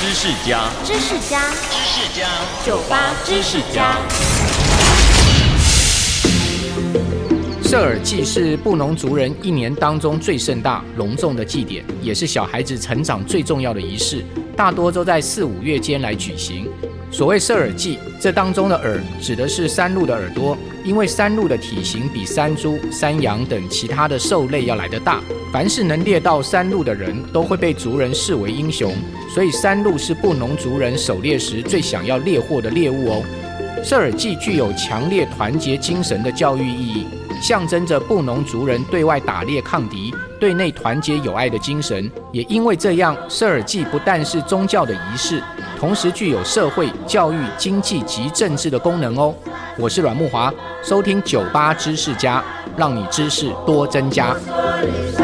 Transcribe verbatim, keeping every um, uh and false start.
知识家， 知识家， 知识家， 酒吧知识家。 社尔祭是布农族人一年当中最盛大、隆重的祭典，也是小孩子成长最重要的仪式，大多都在四五月间来举行。所谓社尔祭，这当中的耳指的是山鹿的耳朵，因为山鹿的体型比山猪、山羊等其他的兽类要来得大，凡是能猎到山鹿的人都会被族人视为英雄，所以山鹿是布农族人狩猎时最想要猎获的猎物哦。社尔祭具有强烈团结精神的教育意义，象征着布农族人对外打猎抗敌、对内团结友爱的精神。也因为这样，社尔祭不但是宗教的仪式，同时具有社会、教育、经济及政治的功能哦。我是阮慕骅，收听酒吧知识家，让你知识多增加。